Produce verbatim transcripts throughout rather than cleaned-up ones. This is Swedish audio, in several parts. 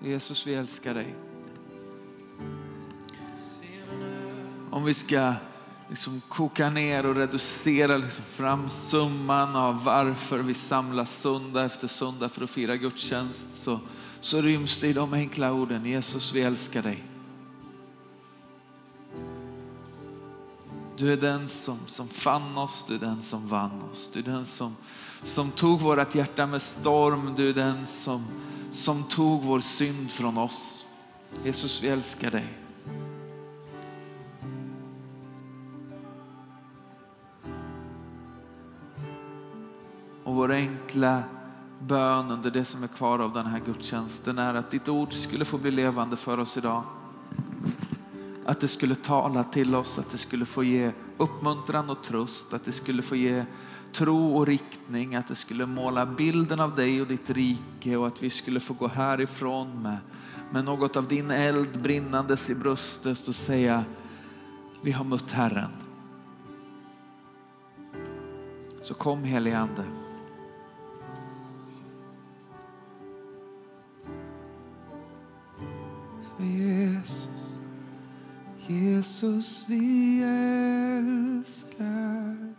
Jesus, vi älskar dig. Om vi ska liksom koka ner och reducera liksom fram summan av varför vi samlas söndag efter söndag för att fira gudstjänst, så, så ryms det i de enkla orden: Jesus, vi älskar dig. Du är den som, som fann oss, du är den som vann oss. Du är den som, som tog vårat hjärta med storm. Du är den som, som tog vår synd från oss. Jesus, vi älskar dig. Och vår enkla bön under det som är kvar av den här gudstjänsten är att ditt ord skulle få bli levande för oss idag. Att det skulle tala till oss, att det skulle få ge uppmuntran och tröst, att det skulle få ge tro och riktning, att det skulle måla bilden av dig och ditt rike, och att vi skulle få gå härifrån med, med något av din eld brinnandes i bröstet och säga: vi har mött Herren. Så kom, helige Ande. Jesus, Jesus, vi älskar.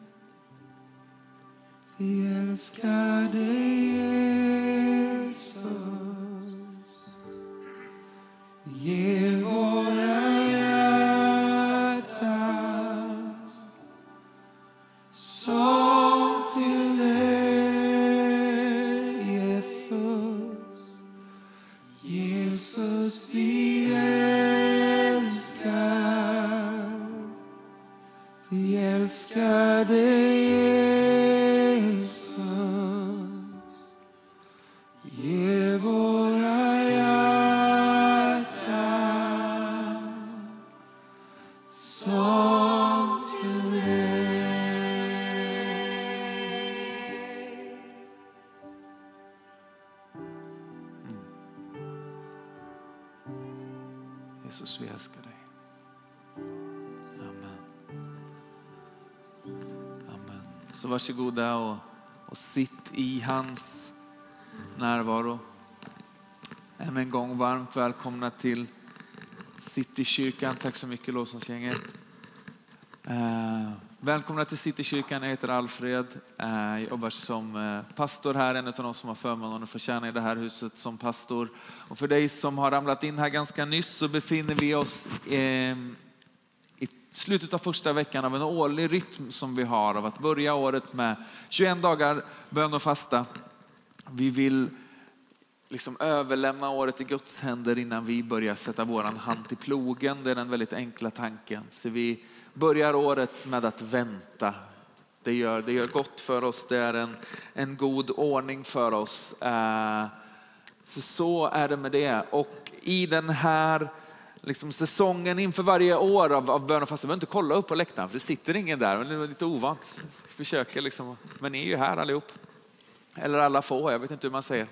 Vi älskar dig, Jesus. Ge våra hjärtan sång till dig, Jesus. Jesus, vi älskar. Vi älskar dig, Jesus. Ge våra hjärtan sång till dig. Jesus, vi älskar dig. Amen. Amen. Så varsågoda och, och sitt i hans närvaro. Än en gång varmt välkomna till Citykyrkan. Tack så mycket, lovsångsgänget. Uh, välkomna till Citykyrkan. Jag heter Alfred. Uh, jag jobbar som uh, pastor här. En av de som har förmånen att få tjäna i det här huset som pastor. Och för dig som har ramlat in här ganska nyss, så befinner vi oss uh, i slutet av första veckan av en årlig rytm som vi har av att börja året med tjugoett dagar bön och fasta. Vi vill liksom överlämna året i Guds händer innan vi börjar sätta våran hand till plogen. Det är den väldigt enkla tanken. Så vi börjar året med att vänta. Det gör, det gör gott för oss. Det är en, en god ordning för oss. Uh, så, så är det med det. Och i den här liksom säsongen inför varje år av, av bön och fasta. Vi behöver inte kolla upp på läktaren, för det sitter ingen där. Men det är lite ovant. Försöker liksom. Men ni är ju här allihop. Eller alla få, jag vet inte hur man säger.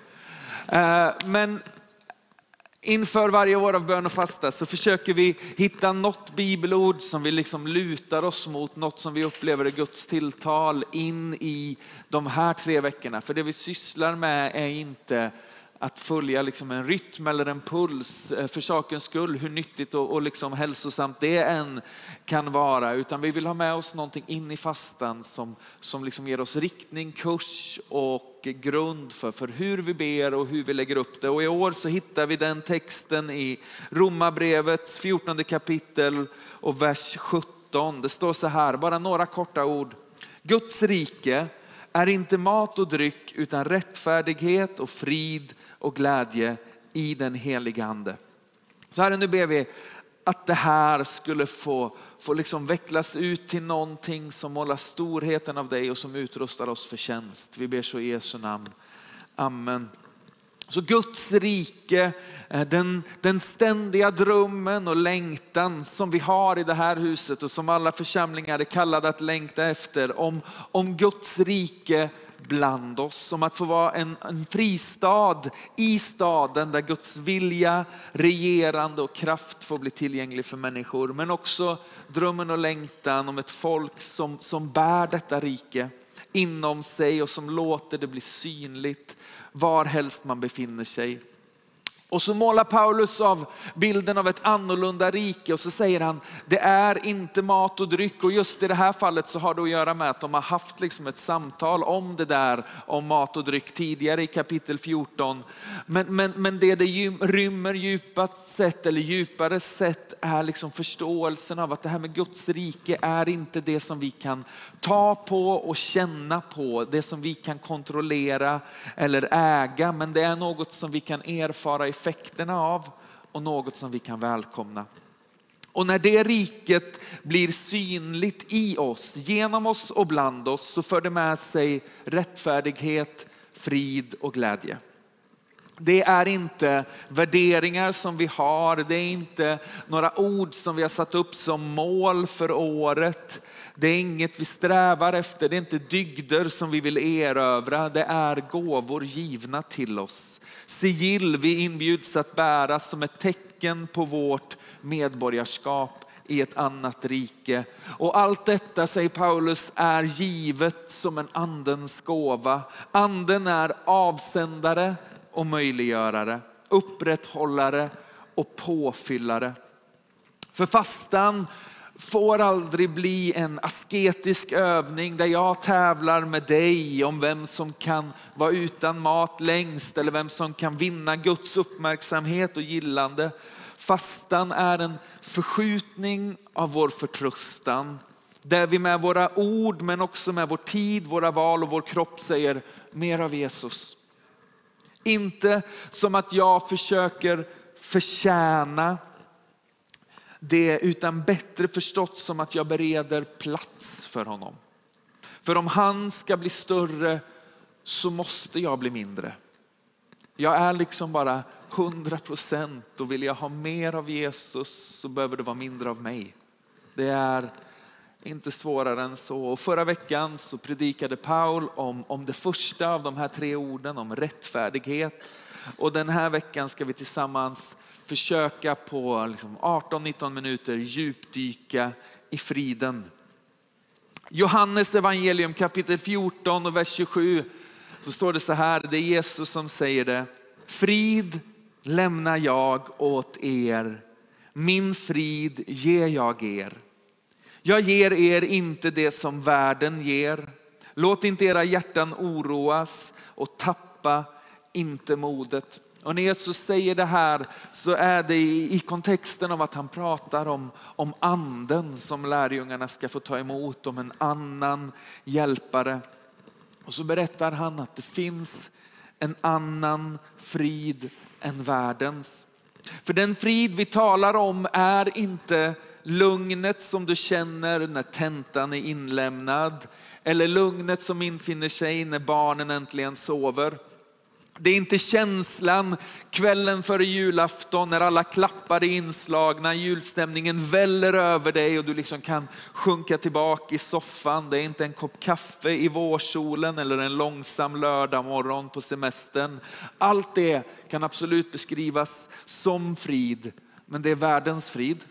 Men inför varje år av bön och fasta så försöker vi hitta något bibelord som vi liksom lutar oss mot. Något som vi upplever är Guds tilltal in i de här tre veckorna. För det vi sysslar med är inte att följa liksom en rytm eller en puls för sakens skull, hur nyttigt och, och liksom hälsosamt det än kan vara. Utan vi vill ha med oss någonting in i fastan som, som liksom ger oss riktning, kurs och grund för, för hur vi ber och hur vi lägger upp det. Och i år så hittar vi den texten i Romarbrevets fjortonde kapitel och vers sjutton. Det står så här, bara några korta ord. Guds rike är inte mat och dryck utan rättfärdighet och frid och glädje i den heliga ande. Så här, nu ber vi att det här skulle få, få liksom vecklas ut till någonting som målar storheten av dig och som utrustar oss för tjänst. Vi ber så i Jesu namn. Amen. Så Guds rike, den, den ständiga drömmen och längtan som vi har i det här huset och som alla församlingar är kallade att längta efter. Om, om Guds rike bland oss, som att få vara en, en fristad i staden där Guds vilja, regerande och kraft får bli tillgänglig för människor. Men också drömmen och längtan om ett folk som, som bär detta rike inom sig och som låter det bli synligt var helst man befinner sig. Och så målar Paulus av bilden av ett annorlunda rike och så säger han, det är inte mat och dryck. Och just i det här fallet så har det att göra med att de har haft liksom ett samtal om det där, om mat och dryck tidigare i kapitel fjorton. Men, men, men det det rymmer djupast sett, eller djupare sett, är liksom förståelsen av att det här med Guds rike är inte det som vi kan ta på och känna på, det som vi kan kontrollera eller äga, men det är något som vi kan erfara effekterna av och något som vi kan välkomna. Och när det riket blir synligt i oss, genom oss och bland oss, så för det med sig rättfärdighet, frid och glädje. Det är inte värderingar som vi har, det är inte några ord som vi har satt upp som mål för året. Det är inget vi strävar efter, det är inte dygder som vi vill erövra, det är gåvor givna till oss. Sigill vi inbjuds att bära som ett tecken på vårt medborgarskap i ett annat rike. Och allt detta, säger Paulus, är givet som en andens gåva. Anden är avsändare och möjliggörare, upprätthållare och påfyllare. För fastan får aldrig bli en asketisk övning där jag tävlar med dig om vem som kan vara utan mat längst eller vem som kan vinna Guds uppmärksamhet och gillande. Fastan är en förskjutning av vår förtröstan där vi med våra ord men också med vår tid, våra val och vår kropp säger mer av Jesus. Inte som att jag försöker förtjäna det, utan bättre förstått som att jag bereder plats för honom. För om han ska bli större så måste jag bli mindre. Jag är liksom bara hundra procent och vill jag ha mer av Jesus så behöver det vara mindre av mig. Det är inte svårare än så. Och förra veckan så predikade Paul om, om det första av de här tre orden, om rättfärdighet. Och den här veckan ska vi tillsammans försöka på liksom arton nitton minuter djupdyka i friden. Johannes evangelium kapitel fjorton och vers tjugosju så står det så här, det är Jesus som säger det. Frid lämnar jag åt er, min frid ger jag er. Jag ger er inte det som världen ger. Låt inte era hjärtan oroas och tappa inte modet. Och när Jesus säger det här så är det i, i kontexten av att han pratar om, om anden som lärjungarna ska få ta emot, om en annan hjälpare. Och så berättar han att det finns en annan frid än världens. För den frid vi talar om är inte lugnet som du känner när tentan är inlämnad. Eller lugnet som infinner sig när barnen äntligen sover. Det är inte känslan kvällen före julafton när alla klappar är inslagna, julstämningen väller över dig och du liksom kan sjunka tillbaka i soffan. Det är inte en kopp kaffe i vårsolen eller en långsam lördagmorgon på semestern. Allt det kan absolut beskrivas som frid, men det är världens frid.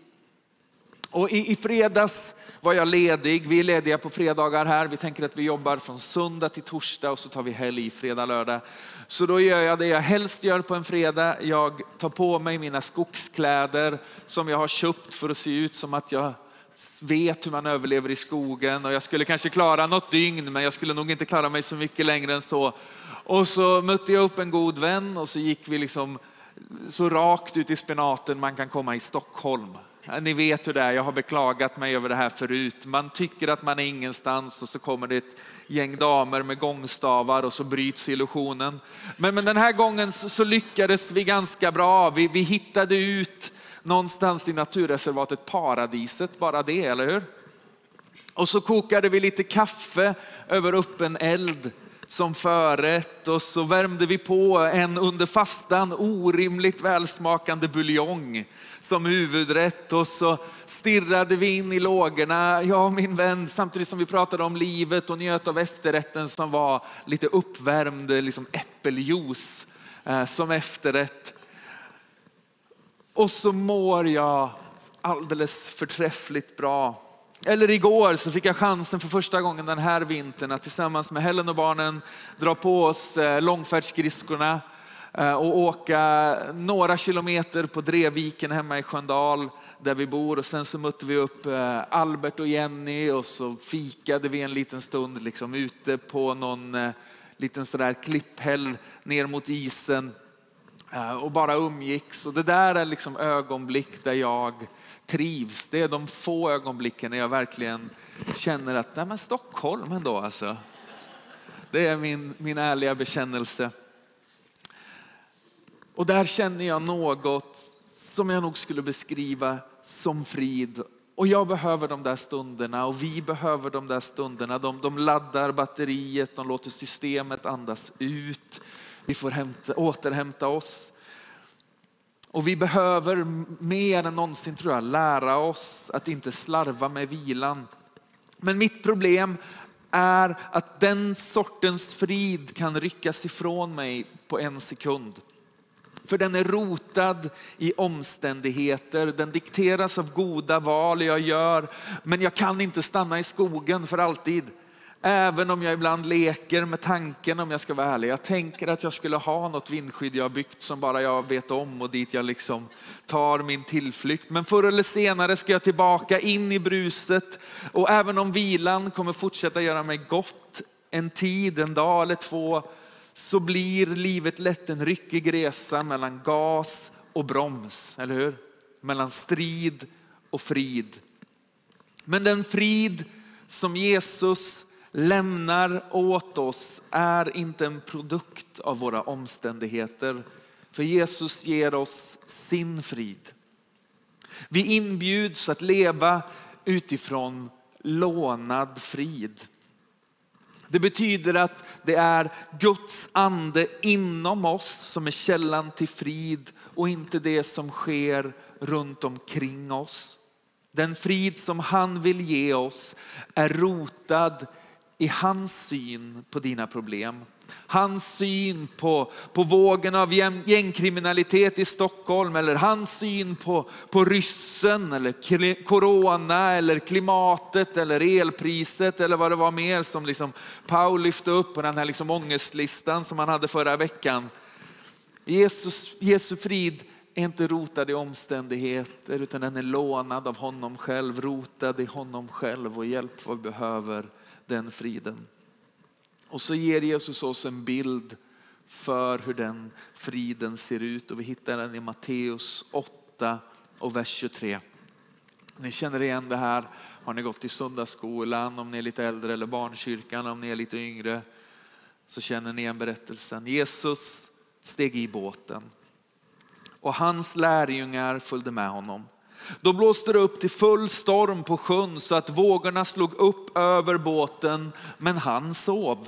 Och i, i fredags var jag ledig. Vi är lediga på fredagar här. Vi tänker att vi jobbar från söndag till torsdag och så tar vi helg fredag, lördag. Så då gör jag det jag helst gör på en fredag. Jag tar på mig mina skogskläder som jag har köpt för att se ut som att jag vet hur man överlever i skogen. Och jag skulle kanske klara något dygn, men jag skulle nog inte klara mig så mycket längre än så. Och så mötte jag upp en god vän och så gick vi liksom så rakt ut i spenaten man kan komma i Stockholm. Ni vet hur det är, jag har beklagat mig över det här förut. Man tycker att man är ingenstans och så kommer det ett gäng damer med gångstavar och så bryts illusionen. Men, men den här gången så, så lyckades vi ganska bra. Vi, vi hittade ut någonstans i naturreservatet Paradiset, bara det, eller hur? Och så kokade vi lite kaffe över öppen eld som förrätt och så värmde vi på en under fastan orimligt välsmakande buljong som huvudrätt och så stirrade vi in i lågorna, jag och min vän, samtidigt som vi pratade om livet och njöt av efterrätten som var lite uppvärmd liksom äppeljuice eh, som efterrätt. Och så mår jag alldeles förträffligt bra. Eller igår så fick jag chansen för första gången den här vintern att tillsammans med Helen och barnen dra på oss långfärdsskridskorna och åka några kilometer på Drevviken hemma i Sköndal där vi bor. Och sen så mötte vi upp Albert och Jenny och så fikade vi en liten stund liksom ute på någon liten sådär klipphäll ner mot isen och bara umgicks. Och det där är liksom ögonblick där jag trivs. Det är de få ögonblicken när jag verkligen känner att nej men Stockholm ändå alltså. Det är min, min ärliga bekännelse. Och där känner jag något som jag nog skulle beskriva som frid. Och jag behöver de där stunderna och vi behöver de där stunderna. De, de laddar batteriet, de låter systemet andas ut. Vi får hämta, återhämta oss. Och vi behöver mer än någonsin tror jag lära oss att inte slarva med vilan. Men mitt problem är att den sortens frid kan ryckas ifrån mig på en sekund. För den är rotad i omständigheter. Den dikteras av goda val jag gör. Men jag kan inte stanna i skogen för alltid. Även om jag ibland leker med tanken, om jag ska vara ärlig. Jag tänker att jag skulle ha något vindskydd jag har byggt som bara jag vet om och dit jag liksom tar min tillflykt. Men förr eller senare ska jag tillbaka in i bruset. Och även om vilan kommer fortsätta göra mig gott en tid, en dag eller två, så blir livet lätt en ryckig resa mellan gas och broms, eller hur? Mellan strid och frid. Men den frid som Jesus lämnar åt oss är inte en produkt av våra omständigheter. För Jesus ger oss sin frid. Vi inbjuds att leva utifrån lånad frid. Det betyder att det är Guds ande inom oss som är källan till frid och inte det som sker runt omkring oss. Den frid som han vill ge oss är rotad i hans syn på dina problem. Hans syn på, på vågen av gängkriminalitet i Stockholm, eller hans syn på, på ryssen eller corona eller klimatet eller elpriset eller vad det var mer som liksom Paul lyfte upp på den här liksom ångestlistan som han hade förra veckan. Jesus, Jesu frid är inte rotad i omständigheter utan den är lånad av honom själv, rotad i honom själv och hjälp vad vi behöver den friden. Och så ger Jesus oss en bild för hur den friden ser ut. Och vi hittar den i Matteus åtta och vers tjugotre. Ni känner igen det här. Har ni gått i söndagsskolan, om ni är lite äldre, eller barnkyrkan om ni är lite yngre, så känner ni igen berättelsen. Jesus steg i båten och hans lärjungar följde med honom. Då blåste det upp till full storm på sjön så att vågorna slog upp över båten, men han sov.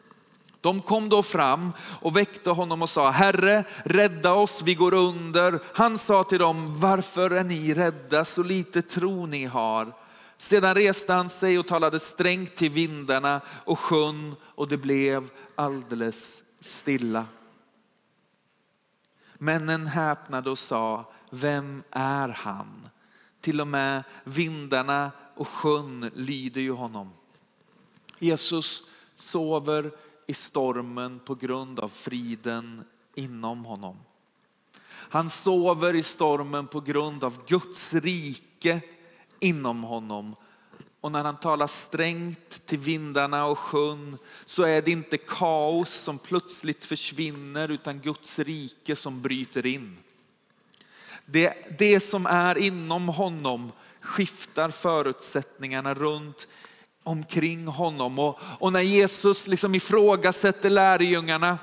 De kom då fram och väckte honom och sa: Herre, rädda oss, vi går under. Han sa till dem: varför är ni rädda, så lite tro ni har? Sedan reste han sig och talade strängt till vindarna och sjön, och det blev alldeles stilla. Männen häpnade och sa: vem är han? Till och med vindarna och sjön lyder ju honom. Jesus sover i stormen på grund av friden inom honom. Han sover i stormen på grund av Guds rike inom honom. Och när han talar strängt till vindarna och sjön, så är det inte kaos som plötsligt försvinner utan Guds rike som bryter in. Det, det som är inom honom skiftar förutsättningarna runt omkring honom. Och, och när Jesus liksom ifrågasätter lärjungarna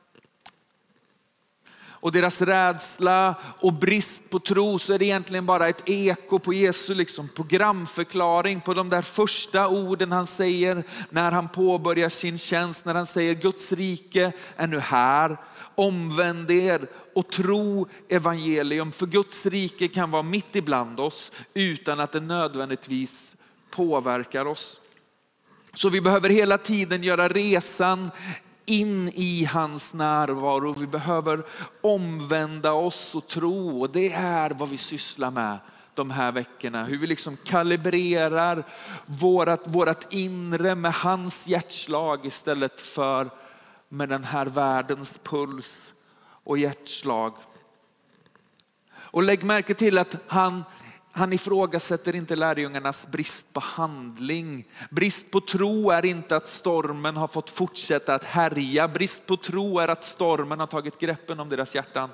och deras rädsla och brist på tro, så är det egentligen bara ett eko på Jesu liksom programförklaring på de där första orden han säger när han påbörjar sin tjänst. När han säger: Guds rike är nu här, omvänd er och tro evangelium. För Guds rike kan vara mitt ibland oss utan att det nödvändigtvis påverkar oss. Så vi behöver hela tiden göra resan in i hans närvaro. Vi behöver omvända oss och tro. Och det är vad vi sysslar med de här veckorna. Hur vi liksom kalibrerar vårat, vårat inre med hans hjärtslag istället för med den här världens puls. och hjärtslag. Och lägg märke till att han, han ifrågasätter inte lärjungarnas brist på handling. Brist på tro är inte att stormen har fått fortsätta att härja. Brist på tro är att stormen har tagit greppen om deras hjärtan.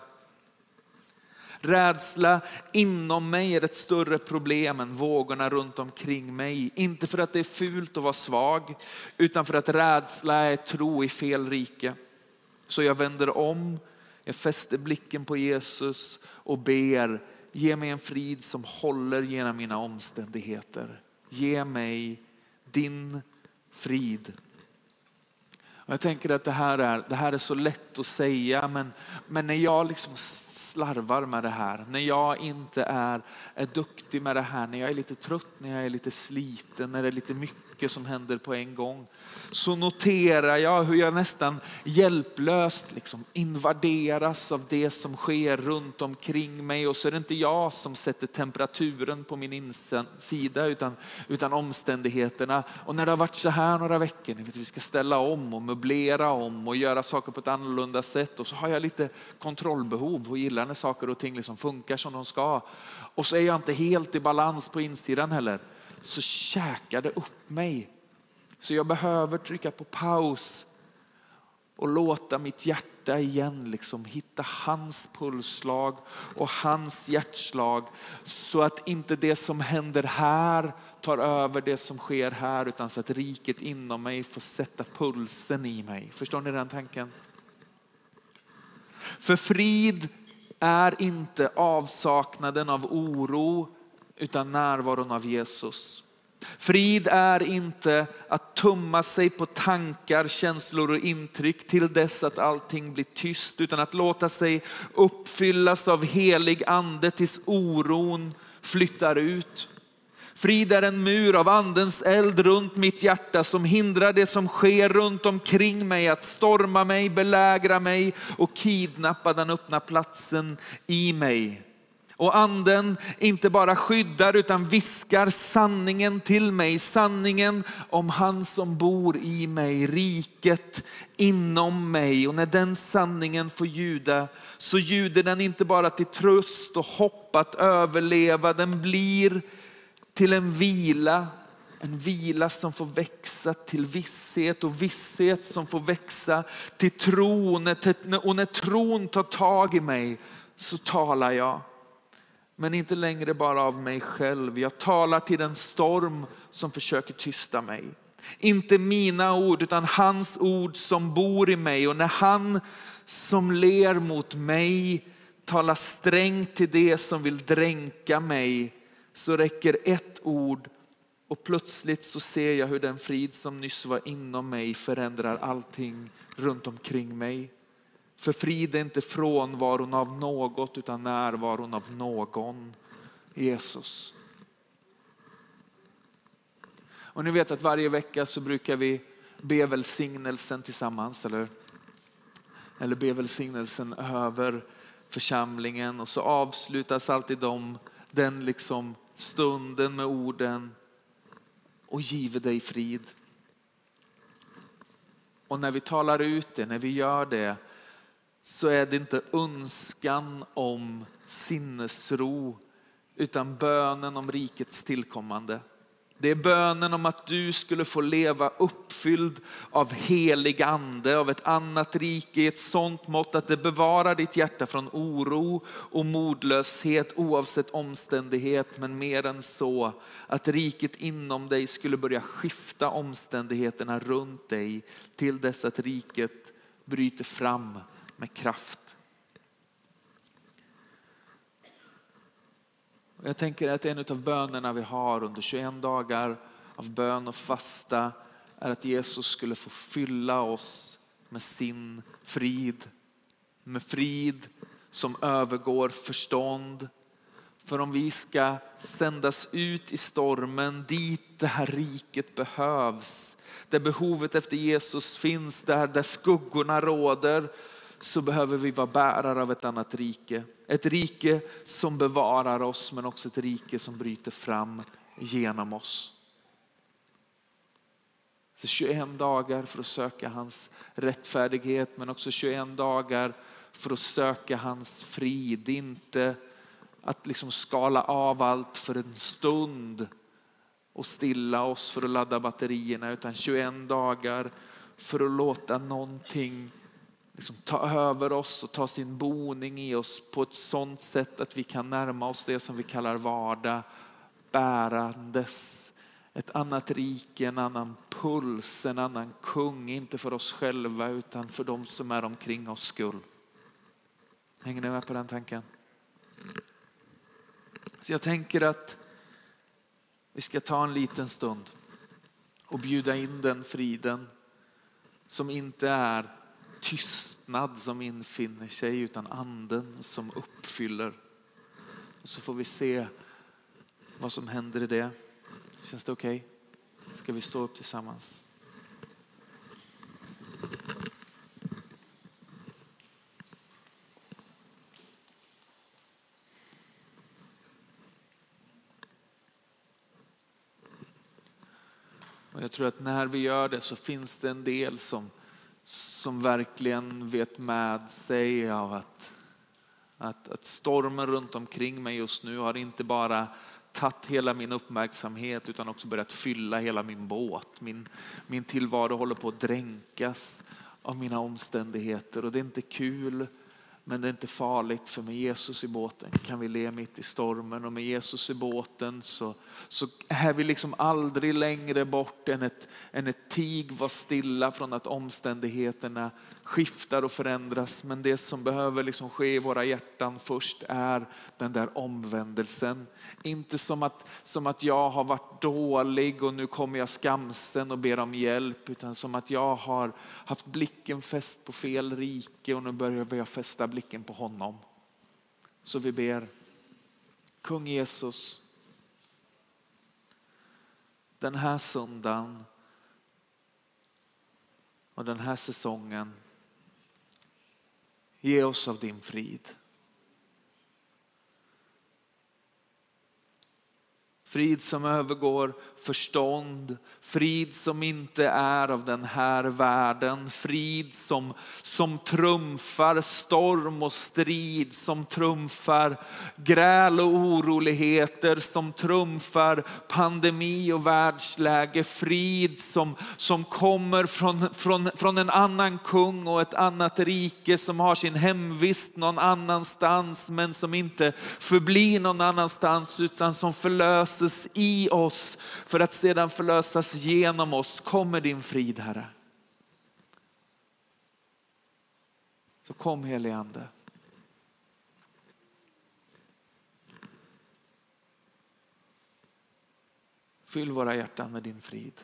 Rädsla inom mig är ett större problem än vågorna runt omkring mig. Inte för att det är fult att vara svag, utan för att rädsla är tro i fel rike. Så jag vänder om, jag fäster blicken på Jesus och ber, ge mig en frid som håller genom mina omständigheter. Ge mig din frid. Och jag tänker att det här är, det här är så lätt att säga, men, men när jag liksom slarvar med det här, när jag inte är, är duktig med det här, när jag är lite trött, när jag är lite sliten, när det är lite mycket som händer på en gång, så noterar jag hur jag nästan hjälplöst liksom invaderas av det som sker runt omkring mig. Och så är det inte jag som sätter temperaturen på min insida, utan, utan omständigheterna. Och när det har varit så här några veckor, ni vet, vi ska ställa om och möblera om och göra saker på ett annorlunda sätt, och så har jag lite kontrollbehov och gillar när saker och ting liksom funkar som de ska. Och så är jag inte helt i balans på insidan heller. Så käkar det upp mig. Så jag behöver trycka på paus och låta mitt hjärta igen liksom hitta hans pulsslag och hans hjärtslag. Så att inte det som händer här tar över det som sker här, utan så att riket inom mig får sätta pulsen i mig. Förstår ni den tanken? För frid är inte avsaknaden av oro, utan närvaron av Jesus. Frid är inte att tumma sig på tankar, känslor och intryck till dess att allting blir tyst, utan att låta sig uppfyllas av helig ande tills oron flyttar ut. Frid är en mur av andens eld runt mitt hjärta som hindrar det som sker runt omkring mig att storma mig, belägra mig och kidnappa den öppna platsen i mig. Och anden inte bara skyddar utan viskar sanningen till mig. Sanningen om han som bor i mig, riket inom mig. Och när den sanningen får ljuda, så ljuder den inte bara till tröst och hopp att överleva. Den blir till en vila. En vila som får växa till visshet, och visshet som får växa till tro. Och när tron tar tag i mig, så talar jag. Men inte längre bara av mig själv. Jag talar till den storm som försöker tysta mig. Inte mina ord utan hans ord som bor i mig. Och när han som ler mot mig talar strängt till det som vill dränka mig, så räcker ett ord och plötsligt så ser jag hur den frid som nyss var inom mig förändrar allting runt omkring mig. För frid är inte frånvaron av något utan närvaron av någon. Jesus. Och ni vet att varje vecka så brukar vi be välsignelsen tillsammans, eller? Eller be välsignelsen över församlingen. Och så avslutas alltid de, den liksom stunden med orden: och give dig frid. Och när vi talar ut det, när vi gör det, så är det inte önskan om sinnesro utan bönen om rikets tillkommande. Det är bönen om att du skulle få leva uppfylld av helig ande, av ett annat rike i ett sånt mått att det bevarar ditt hjärta från oro och modlöshet oavsett omständighet. Men mer än så, att riket inom dig skulle börja skifta omständigheterna runt dig till dess att riket bryter fram med kraft. Jag tänker att en av bönerna vi har under tjugoett dagar av bön och fasta är att Jesus skulle få fylla oss med sin frid. Med frid som övergår förstånd. För om vi ska sändas ut i stormen dit det här riket behövs, där behovet efter Jesus finns, där, där skuggorna råder, så behöver vi vara bärare av ett annat rike. Ett rike som bevarar oss, men också ett rike som bryter fram genom oss. Så tjugoett dagar för att söka hans rättfärdighet, men också tjugoett dagar för att söka hans frid. Inte att liksom skala av allt för en stund och stilla oss för att ladda batterierna, utan tjugoett dagar för att låta någonting liksom ta över oss och ta sin boning i oss på ett sådant sätt att vi kan närma oss det som vi kallar vardag, bärandes ett annat rike, en annan puls, en annan kung, inte för oss själva utan för de som är omkring oss skull. Hänger ni med på den tanken? Så jag tänker att vi ska ta en liten stund och bjuda in den friden som inte är tystnad som infinner sig utan anden som uppfyller. Och så får vi se vad som händer i det. Känns det okej? Okay? Ska vi stå upp tillsammans? Och jag tror att när vi gör det så finns det en del som, som verkligen vet med sig av att, att, att stormen runt omkring mig just nu har inte bara tagit hela min uppmärksamhet utan också börjat fylla hela min båt. Min, min tillvaro håller på att dränkas av mina omständigheter och det är inte kul. Men det är inte farligt, för med Jesus i båten kan vi le mitt i stormen. Och med Jesus i båten så, så är vi liksom aldrig längre bort än ett, än ett tig var stilla från att omständigheterna skiftar och förändras. Men det som behöver liksom ske i våra hjärtan först är den där omvändelsen. Inte som att, som att jag har varit dålig och nu kommer jag skamsen och ber om hjälp. Utan som att jag har haft blicken fäst på fel rike och nu börjar jag fästa blicken på honom. Så vi ber: Kung Jesus, den här söndagen och den här säsongen, ge oss av din frid. Frid som övergår förstånd. Frid som inte är av den här världen. Frid som, som trumfar storm och strid. Som trumfar gräl och oroligheter. Som trumfar pandemi och världsläge. Frid som, som kommer från, från, från en annan kung och ett annat rike. Som har sin hemvist någon annanstans. Men som inte förblir någon annanstans utan som förlöser i oss för att sedan förlösas genom oss. Kommer din frid, Herre. Så kom, helige Ande. Fyll våra hjärtan med din frid.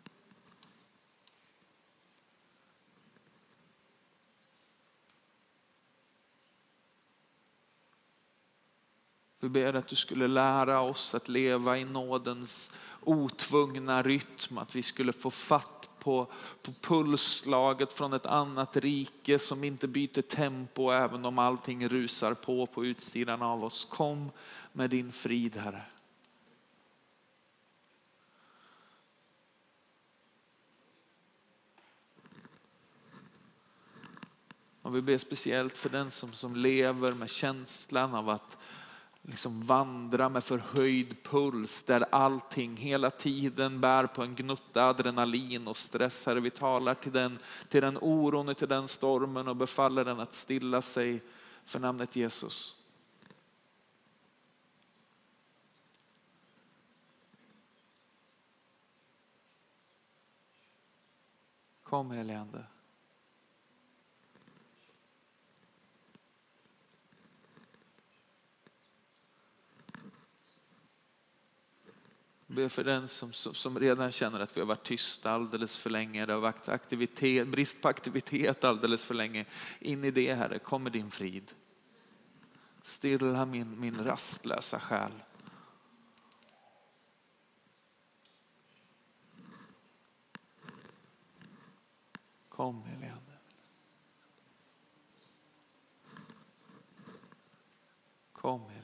Vi ber att du skulle lära oss att leva i nådens otvungna rytm. Att vi skulle få fatt på, på pulsslaget från ett annat rike som inte byter tempo även om allting rusar på på utsidan av oss. Kom med din frid, Herre. Och vi ber speciellt för den som, som lever med känslan av att liksom vandra med förhöjd puls där allting hela tiden bär på en gnutta adrenalin och stress. Herre, vi talar till den, till den oron och till den stormen och befaller den att stilla sig för namnet Jesus. Kom, helige Ande. Be för den som, som redan känner att vi har varit tysta alldeles för länge. Det har varit aktivitet, brist på aktivitet alldeles för länge. In i det, Herre, kommer din frid. Stilla min, min rastlösa själ. Kom, helige Ande. Kom, helige Ande.